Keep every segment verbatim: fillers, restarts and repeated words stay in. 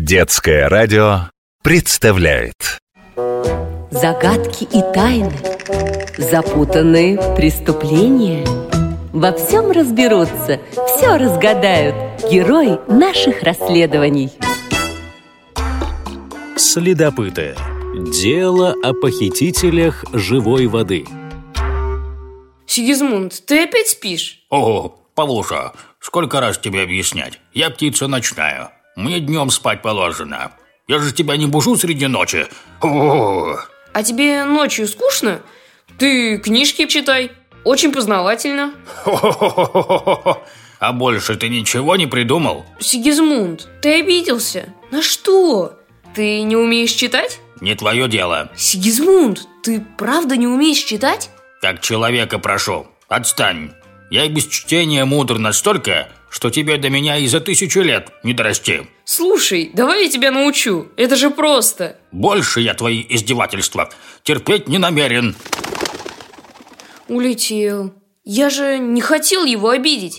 Детское радио представляет Загадки и тайны, запутанные преступления. Во всем разберутся, все разгадают герои наших расследований. Следопыты. Дело о похитителях живой воды. Сигизмунд, ты опять спишь? Ого, Павлуша, сколько раз тебе объяснять? Я птица ночная, мне днем спать положено. Я же тебя не бужу среди ночи. О-о-о. А тебе ночью скучно? Ты книжки читай, очень познавательно. А больше ты ничего не придумал? Сигизмунд, ты обиделся? На что? Ты не умеешь читать? Не твое дело. Сигизмунд, ты правда не умеешь читать? Как человека прошу, отстань. Я и без чтения мудр настолько, что тебе до меня и за тысячу лет не дорасти. Слушай, давай я тебя научу, это же просто. Больше я твои издевательства терпеть не намерен. Улетел. Я же не хотел его обидеть.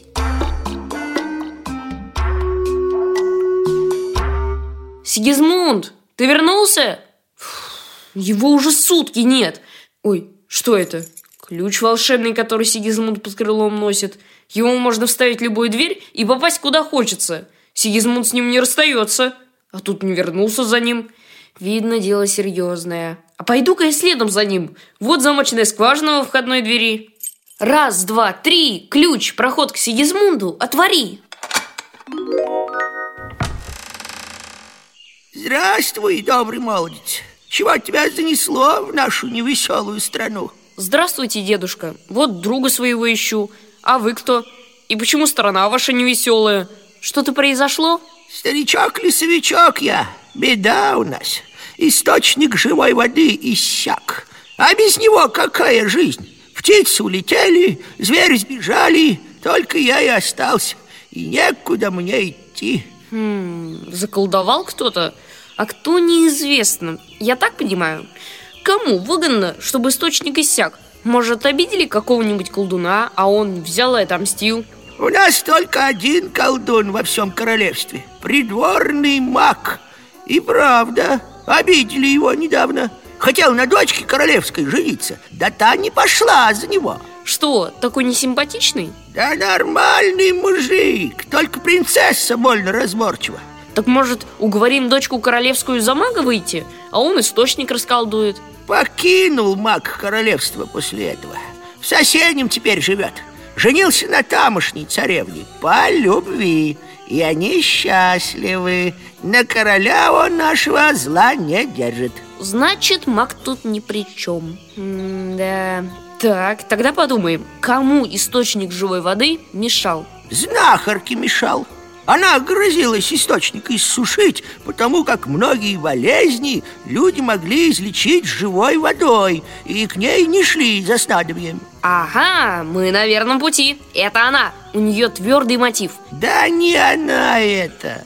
Сигизмунд, ты вернулся? Фу, его уже сутки нет. Ой, что это? Ключ волшебный, который Сигизмунд под крылом носит. Его можно вставить в любую дверь и попасть куда хочется. Сигизмунд с ним не расстается. А тут не вернулся за ним. Видно, дело серьезное. А пойду-ка я следом за ним. Вот замочная скважина во входной двери. Раз, два, три. Ключ, проход к Сигизмунду. Отвори. Здравствуй, добрый молодец. Чего тебя занесло в нашу невеселую страну? Здравствуйте, дедушка. Вот друга своего ищу. А вы кто? И почему страна ваша невеселая? Что-то произошло? Старичок-лесовичок я. Беда у нас. Источник живой воды иссяк. А без него какая жизнь? Птицы улетели, звери сбежали. Только я и остался. И некуда мне идти. Хм, заколдовал кто-то? А кто, неизвестно. Я так понимаю? Кому выгодно, чтобы источник иссяк? Может, обидели какого-нибудь колдуна, а он взял и отомстил? У нас только один колдун во всем королевстве. Придворный маг. И правда, обидели его недавно. Хотел на дочке королевской жениться, да та не пошла за него. Что, такой несимпатичный? Да нормальный мужик, только принцесса больно разборчива. Так может, уговорим дочку королевскую за мага выйти, а он источник расколдует? Покинул маг королевство после этого. В соседнем теперь живет. Женился на тамошней царевне по любви. И они счастливы. На короля он нашего зла не держит. Значит, маг тут ни при чем. М-да. Так, тогда подумаем, кому источник живой воды мешал? Знахарке мешал. Она грозилась источник иссушить, потому как многие болезни люди могли излечить живой водой, и к ней не шли за снадобьем. Ага, мы на верном пути. Это она. У нее твердый мотив. Да не она это.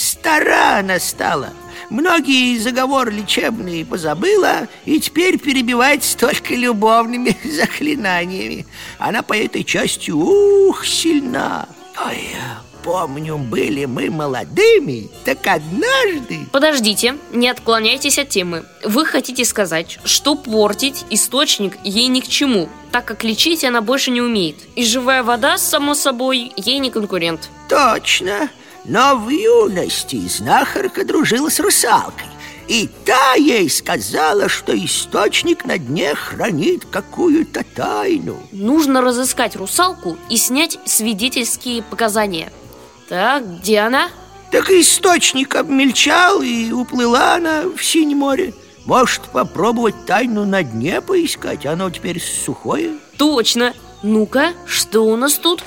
Стара она стала. Многие заговоры лечебные позабыла и теперь перебивается только любовными заклинаниями. Она по этой части, ух, сильна. Ой, помню, были мы молодыми, так однажды... Подождите, не отклоняйтесь от темы. Вы хотите сказать, что портить источник ей ни к чему, так как лечить она больше не умеет. И живая вода, само собой, ей не конкурент. Точно. Но в юности знахарка дружила с русалкой, и та ей сказала, что источник на дне хранит какую-то тайну. Нужно разыскать русалку и снять свидетельские показания. Так, где она? Так источник обмельчал, и уплыла она в Синее море. Может, попробовать тайну на дне поискать? Оно теперь сухое. Точно. Ну-ка, что у нас тут?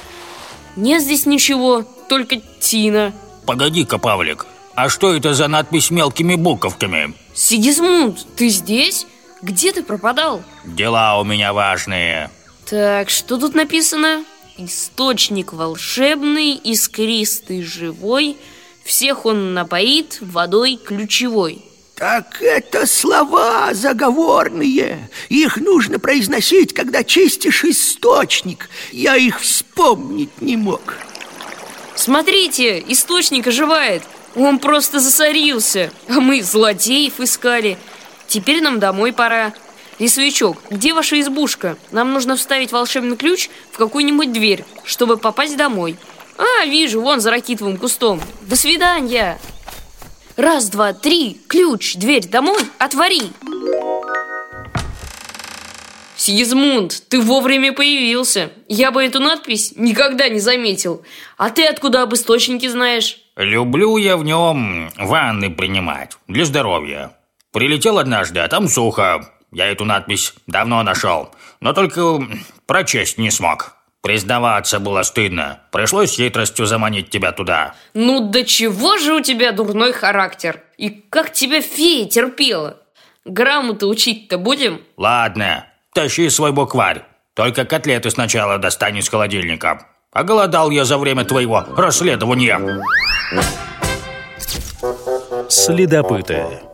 Нет здесь ничего, только тина. Погоди-ка, Павлик, а что это за надпись мелкими буковками? Сигизмунд, ты здесь? Где ты пропадал? Дела у меня важные. Так, что тут написано? Источник волшебный, искристый, живой. Всех он напоит водой ключевой. Так это слова заговорные. Их нужно произносить, когда чистишь источник. Я их вспомнить не мог. Смотрите, источник оживает. Он просто засорился, а мы злодеев искали. Теперь нам домой пора. Лесовичок, где ваша избушка? Нам нужно вставить волшебный ключ в какую-нибудь дверь, чтобы попасть домой. А, вижу, вон за ракитовым кустом. До свидания. Раз, два, три, ключ, дверь домой, отвори. Сигизмунд, ты вовремя появился. Я бы эту надпись никогда не заметил. А ты откуда об источнике знаешь? Люблю я в нем ванны принимать, для здоровья. Прилетел однажды, а там сухо. Я эту надпись давно нашел, но только прочесть не смог. Признаваться было стыдно. Пришлось хитростью заманить тебя туда. Ну до чего же у тебя дурной характер? И как тебя фея терпела? Грамоты учить-то будем? Ладно, тащи свой букварь. Только котлеты сначала достань из холодильника. Оголодал я за время твоего расследования. Следопыты.